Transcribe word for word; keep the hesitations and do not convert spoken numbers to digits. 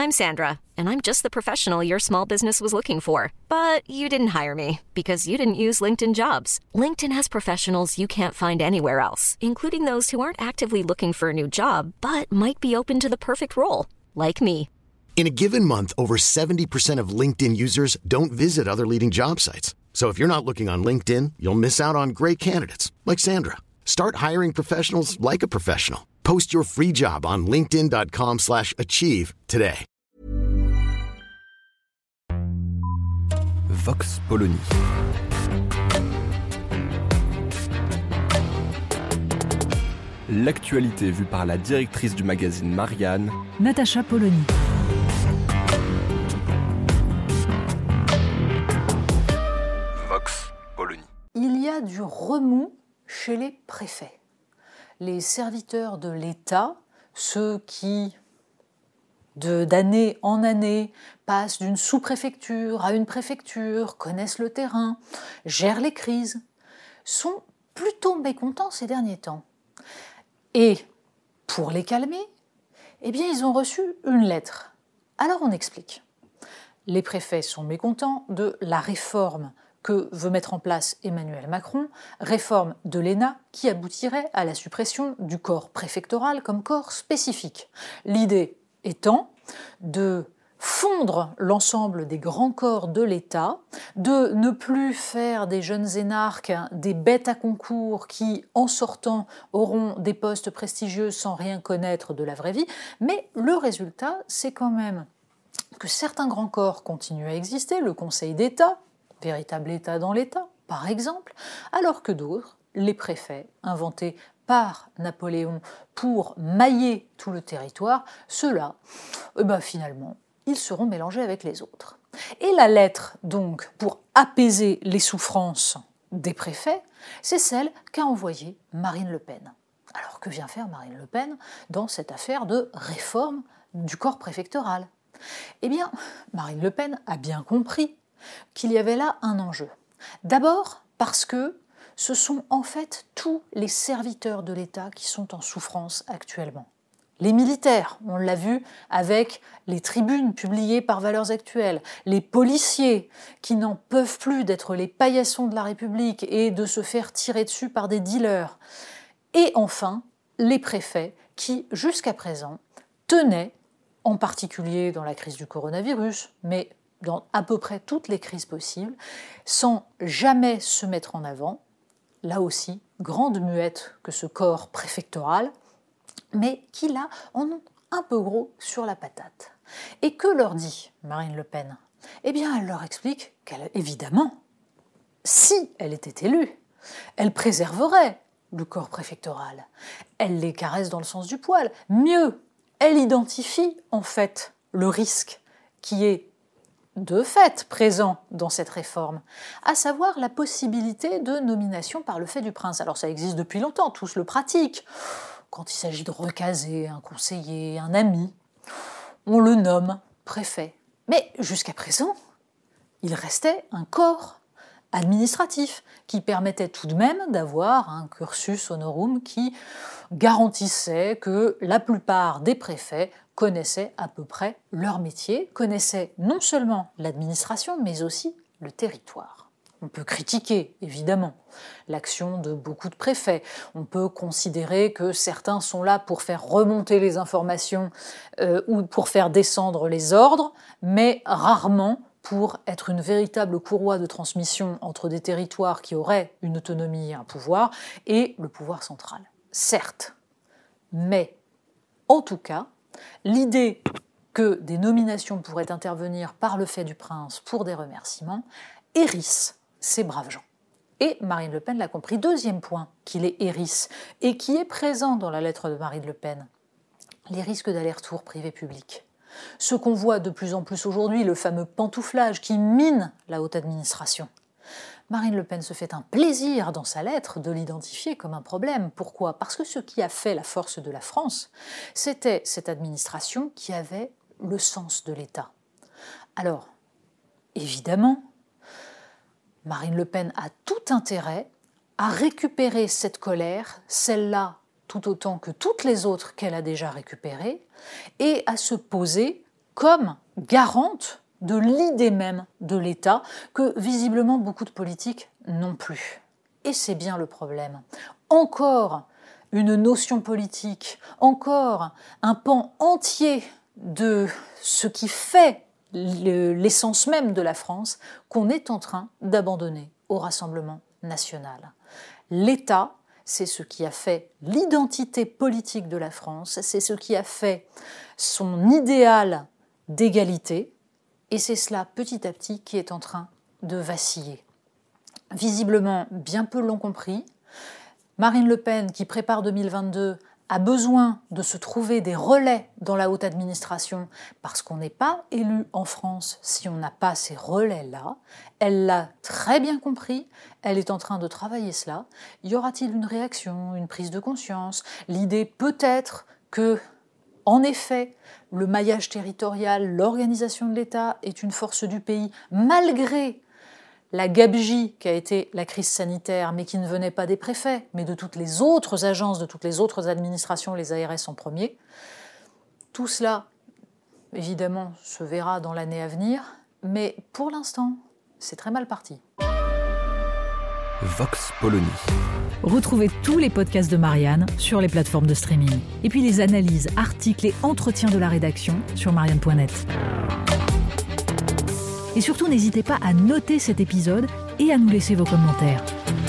I'm Sandra, and I'm just the professional your small business was looking for. But you didn't hire me because you didn't use LinkedIn Jobs. LinkedIn has professionals you can't find anywhere else, including those who aren't actively looking for a new job, but might be open to the perfect role, like me. In a given month, over seventy percent of LinkedIn users don't visit other leading job sites. So if you're not looking on LinkedIn, you'll miss out on great candidates like Sandra. Start hiring professionals like a professional. Post your free job on linkedin.com slash achieve today. Vox Polony. L'actualité vue par la directrice du magazine Marianne, Natacha Polony. Vox Polony. Il y a du remous chez les préfets. Les serviteurs de l'État, ceux qui, de, d'année en année, passent d'une sous-préfecture à une préfecture, connaissent le terrain, gèrent les crises, sont plutôt mécontents ces derniers temps. Et pour les calmer, eh bien, ils ont reçu une lettre. Alors on explique. Les préfets sont mécontents de la réforme que veut mettre en place Emmanuel Macron, réforme de l'E N A qui aboutirait à la suppression du corps préfectoral comme corps spécifique. L'idée étant de fondre l'ensemble des grands corps de l'État, de ne plus faire des jeunes énarques des bêtes à concours qui, en sortant, auront des postes prestigieux sans rien connaître de la vraie vie, mais le résultat, c'est quand même que certains grands corps continuent à exister, le Conseil d'État, véritable État dans l'État, par exemple, alors que d'autres, les préfets, inventés par Napoléon pour mailler tout le territoire, ceux-là, eh ben finalement, ils seront mélangés avec les autres. Et la lettre, donc, pour apaiser les souffrances des préfets, c'est celle qu'a envoyée Marine Le Pen. Alors que vient faire Marine Le Pen dans cette affaire de réforme du corps préfectoral ? Eh bien, Marine Le Pen a bien compris qu'il y avait là un enjeu. D'abord parce que ce sont en fait tous les serviteurs de l'État qui sont en souffrance actuellement. Les militaires, on l'a vu avec les tribunes publiées par Valeurs Actuelles, les policiers qui n'en peuvent plus d'être les paillassons de la République et de se faire tirer dessus par des dealers. Et enfin, les préfets qui, jusqu'à présent, tenaient, en particulier dans la crise du coronavirus, mais dans à peu près toutes les crises possibles, sans jamais se mettre en avant, là aussi, grande muette que ce corps préfectoral, mais qui là en ont un peu gros sur la patate. Et que leur dit Marine Le Pen ? Eh bien, elle leur explique qu'elle, évidemment, si elle était élue, elle préserverait le corps préfectoral. Elle les caresse dans le sens du poil. Mieux, elle identifie en fait le risque qui est de fait présent dans cette réforme, à savoir la possibilité de nomination par le fait du prince. Alors ça existe depuis longtemps, tous le pratiquent. Quand il s'agit de recaser un conseiller, un ami, on le nomme préfet. Mais jusqu'à présent, il restait un corps administratif qui permettait tout de même d'avoir un cursus honorum qui garantissait que la plupart des préfets connaissaient à peu près leur métier, connaissaient non seulement l'administration, mais aussi le territoire. On peut critiquer, évidemment, l'action de beaucoup de préfets. On peut considérer que certains sont là pour faire remonter les informations euh, ou pour faire descendre les ordres, mais rarement pour être une véritable courroie de transmission entre des territoires qui auraient une autonomie et un pouvoir et le pouvoir central. Certes, mais en tout cas, l'idée que des nominations pourraient intervenir par le fait du prince pour des remerciements hérisse ces braves gens. Et Marine Le Pen l'a compris. Deuxième point qui les hérisse et qui est présent dans la lettre de Marine Le Pen, les risques d'aller-retour privé-public. Ce qu'on voit de plus en plus aujourd'hui, le fameux pantouflage qui mine la haute administration. Marine Le Pen se fait un plaisir dans sa lettre de l'identifier comme un problème. Pourquoi ? Parce que ce qui a fait la force de la France, c'était cette administration qui avait le sens de l'État. Alors, évidemment, Marine Le Pen a tout intérêt à récupérer cette colère, celle-là tout autant que toutes les autres qu'elle a déjà récupérées, et à se poser comme garante de l'idée même de l'État que visiblement beaucoup de politiques n'ont plus. Et c'est bien le problème. Encore une notion politique, encore un pan entier de ce qui fait l'essence même de la France qu'on est en train d'abandonner au Rassemblement national. L'État, c'est ce qui a fait l'identité politique de la France, c'est ce qui a fait son idéal d'égalité, et c'est cela petit à petit qui est en train de vaciller. Visiblement, bien peu l'ont compris. Marine Le Pen, qui prépare deux mille vingt-deux, a besoin de se trouver des relais dans la haute administration parce qu'on n'est pas élu en France si on n'a pas ces relais-là. Elle l'a très bien compris, elle est en train de travailler cela. Y aura-t-il une réaction, une prise de conscience? L'idée peut-être que, en effet, le maillage territorial, l'organisation de l'État est une force du pays, malgré la gabegie qu'a été la crise sanitaire, mais qui ne venait pas des préfets, mais de toutes les autres agences, de toutes les autres administrations, les A R S en premier. Tout cela, évidemment, se verra dans l'année à venir, mais pour l'instant, c'est très mal parti. Vox Polony. Retrouvez tous les podcasts de Marianne sur les plateformes de streaming. Et puis les analyses, articles et entretiens de la rédaction sur marianne point net. Et surtout, n'hésitez pas à noter cet épisode et à nous laisser vos commentaires.